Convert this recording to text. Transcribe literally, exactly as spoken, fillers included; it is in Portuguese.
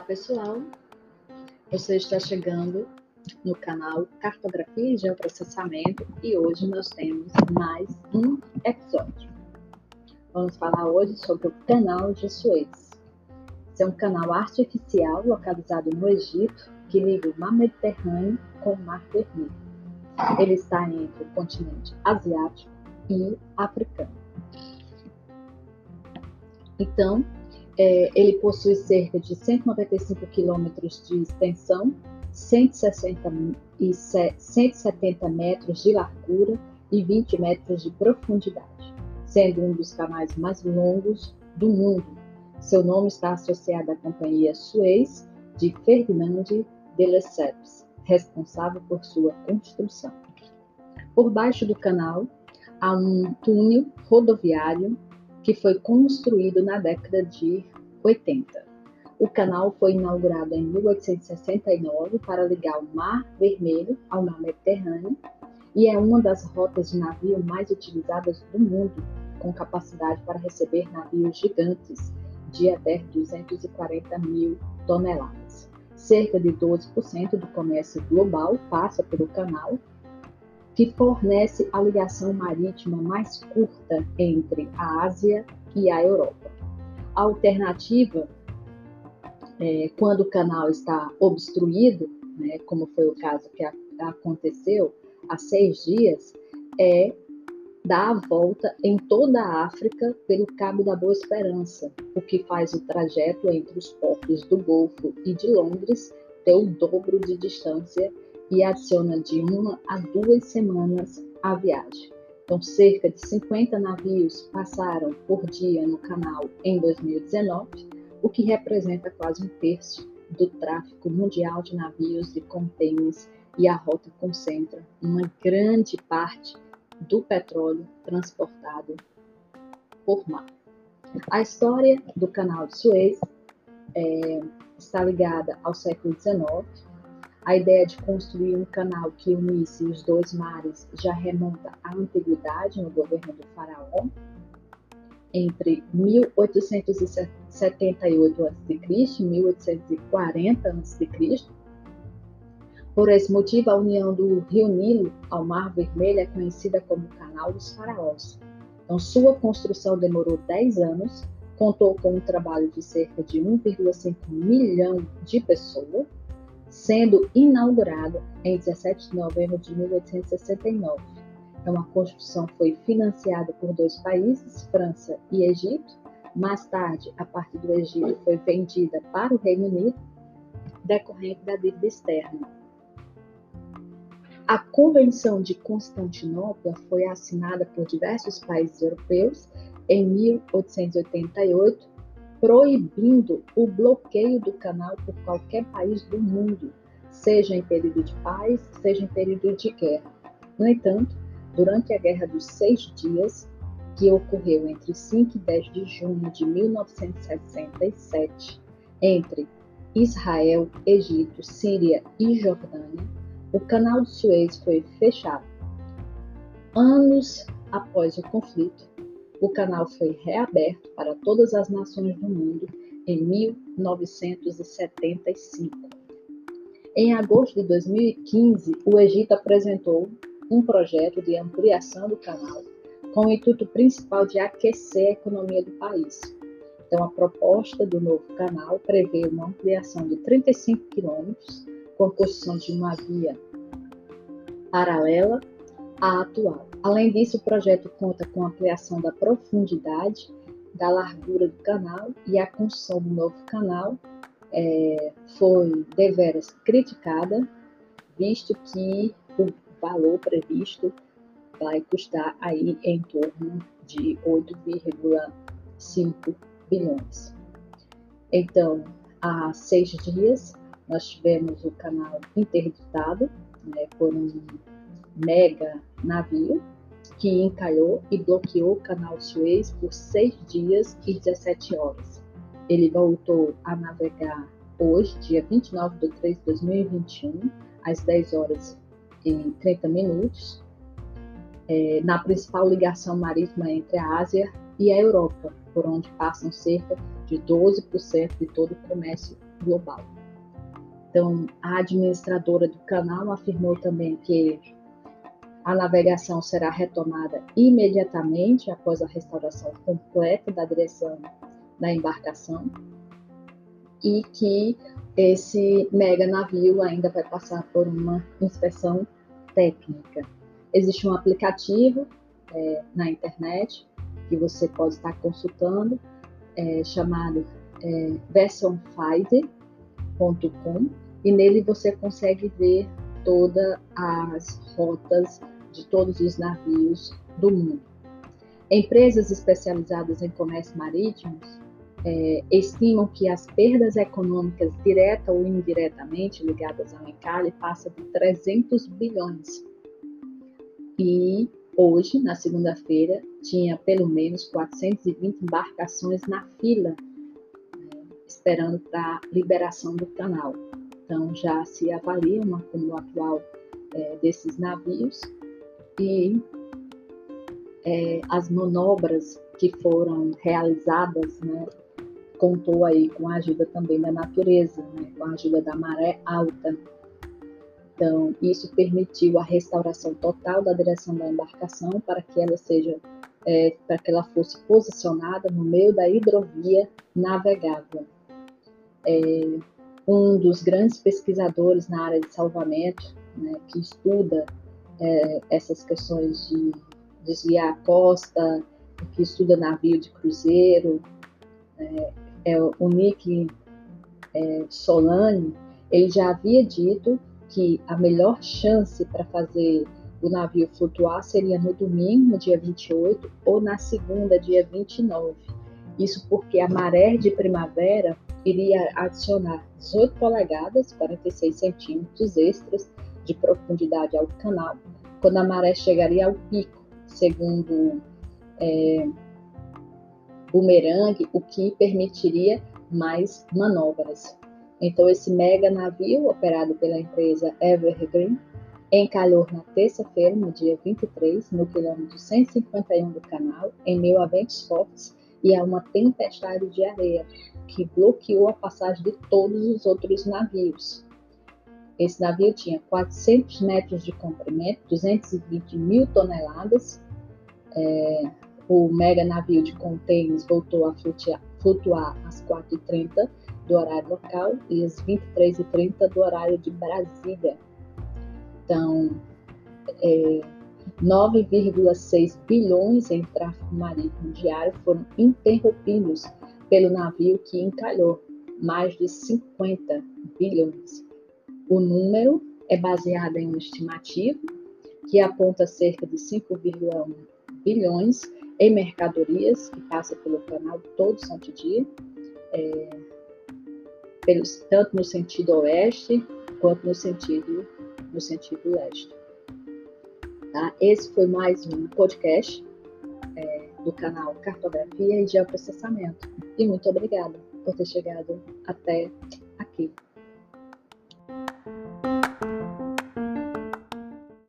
pessoal, você está chegando no canal Cartografia e Geoprocessamento e hoje nós temos mais um episódio. Vamos falar hoje sobre o Canal de Suez. Esse é um canal artificial localizado no Egito que liga o Mar Mediterrâneo com o Mar Vermelho. Ele está entre o continente asiático e africano. Então, É, ele possui cerca de cento e noventa e cinco quilômetros de extensão, cento e setenta metros de largura e vinte metros de profundidade, sendo um dos canais mais longos do mundo. Seu nome está associado à Companhia Suez de Ferdinand de Lesseps, responsável por sua construção. Por baixo do canal há um túnel rodoviário que foi construído na década de oitenta. O canal foi inaugurado em mil oitocentos e sessenta e nove para ligar o Mar Vermelho ao Mar Mediterrâneo e é uma das rotas de navio mais utilizadas do mundo, com capacidade para receber navios gigantes de até duzentas e quarenta mil toneladas. Cerca de doze por cento do comércio global passa pelo canal, que fornece a ligação marítima mais curta entre a Ásia e a Europa. A alternativa, é, quando o canal está obstruído, né, como foi o caso que a, aconteceu há seis dias, é dar a volta em toda a África pelo Cabo da Boa Esperança, o que faz o trajeto entre os portos do Golfo e de Londres ter o dobro de distância e adiciona de uma a duas semanas a viagem. Então, cerca de cinquenta navios passaram por dia no canal em dois mil e dezenove, o que representa quase um terço do tráfego mundial de navios e contêineres, e a rota concentra uma grande parte do petróleo transportado por mar. A história do Canal de Suez é, está ligada ao século dezenove. A ideia de construir um canal que unisse os dois mares já remonta à antiguidade no governo do faraó. Entre mil oitocentos e setenta e oito antes de Cristo e mil oitocentos e quarenta antes de Cristo. Por esse motivo, a união do Rio Nilo ao Mar Vermelho é conhecida como Canal dos Faraós. Então, sua construção demorou dez anos, contou com um trabalho de cerca de um vírgula cinco milhão de pessoas, sendo inaugurado em dezessete de novembro de mil oitocentos e sessenta e nove. Então, a construção foi financiada por dois países, França e Egito. Mais tarde, a parte do Egito foi vendida para o Reino Unido, decorrente da dívida externa. A Convenção de Constantinopla foi assinada por diversos países europeus em mil oitocentos e oitenta e oito, proibindo o bloqueio do canal por qualquer país do mundo, seja em período de paz, seja em período de guerra. No entanto, durante a Guerra dos Seis Dias, que ocorreu entre cinco e dez de junho de mil novecentos e sessenta e sete, entre Israel, Egito, Síria e Jordânia, o Canal de Suez foi fechado. Anos após o conflito, o canal foi reaberto para todas as nações do mundo em mil novecentos e setenta e cinco. Em agosto de dois mil e quinze, o Egito apresentou um projeto de ampliação do canal com o intuito principal de aquecer a economia do país. Então, a proposta do novo canal prevê uma ampliação de trinta e cinco quilômetros, com a construção de uma via paralela à atual. Além disso, o projeto conta com a ampliação da profundidade, da largura do canal, e a construção do novo canal é, foi deveras criticada, visto que o valor previsto vai custar aí em torno de oito vírgula cinco bilhões. Então, há seis dias, nós tivemos o canal interditado, né, por um mega navio que encalhou e bloqueou o canal Suez por seis dias e dezessete horas. Ele voltou a navegar hoje, dia vinte e nove de três de dois mil e vinte e um, às dez horas e trinta minutos, é, na principal ligação marítima entre a Ásia e a Europa, por onde passam cerca de doze por cento de todo o comércio global. Então, a administradora do canal afirmou também que a navegação será retomada imediatamente após a restauração completa da direção da embarcação e que esse mega navio ainda vai passar por uma inspeção técnica. Existe um aplicativo é, na internet que você pode estar consultando, é, chamado é, vessel finder ponto com, e nele você consegue ver todas as rotas de todos os navios do mundo. Empresas especializadas em comércio marítimo é, estimam que as perdas econômicas direta ou indiretamente ligadas ao encalhe passam de trezentos bilhões. E hoje, na segunda-feira, tinha pelo menos quatrocentas e vinte embarcações na fila, né, esperando para a liberação do canal. Então, já se avalia um acúmulo atual é, desses navios e é, as manobras que foram realizadas, né, contou aí com a ajuda também da natureza, né, com a ajuda da maré alta. Então, isso permitiu a restauração total da direção da embarcação para que ela seja, é, para que ela fosse posicionada no meio da hidrovia navegável. É, um dos grandes pesquisadores na área de salvamento, né, que estuda é, essas questões de desviar a costa, que estuda navio de cruzeiro, é, é o Nick é, Solani, ele já havia dito que a melhor chance para fazer o navio flutuar seria no domingo, no dia vinte e oito, ou na segunda, dia vinte e nove. Isso porque a maré de primavera iria adicionar dezoito polegadas, quarenta e seis centímetros extras de profundidade ao canal, quando a maré chegaria ao pico, segundo é, Bumerangue, o que permitiria mais manobras. Então, esse mega navio, operado pela empresa Evergreen, encalhou na terça-feira, no dia vinte e três, no quilômetro cento e cinquenta e um do canal, em meio a ventos fortes e a uma tempestade de areia, que bloqueou a passagem de todos os outros navios. Esse navio tinha quatrocentos metros de comprimento, duzentas e vinte mil toneladas. É, o mega navio de contêineres voltou a flutuar, flutuar às quatro e trinta do horário local e às vinte e três e trinta do horário de Brasília. Então, é, nove vírgula seis bilhões em tráfego marítimo diário foram interrompidos pelo navio que encalhou, mais de cinquenta bilhões. O número é baseado em uma estimativa que aponta cerca de cinco vírgula um bilhões em mercadorias que passam pelo canal todo santo dia, é, pelos, tanto no sentido oeste quanto no sentido, no sentido leste. Tá? Esse foi mais um podcast é, do canal Cartografia e Geoprocessamento. E muito obrigada por ter chegado até aqui.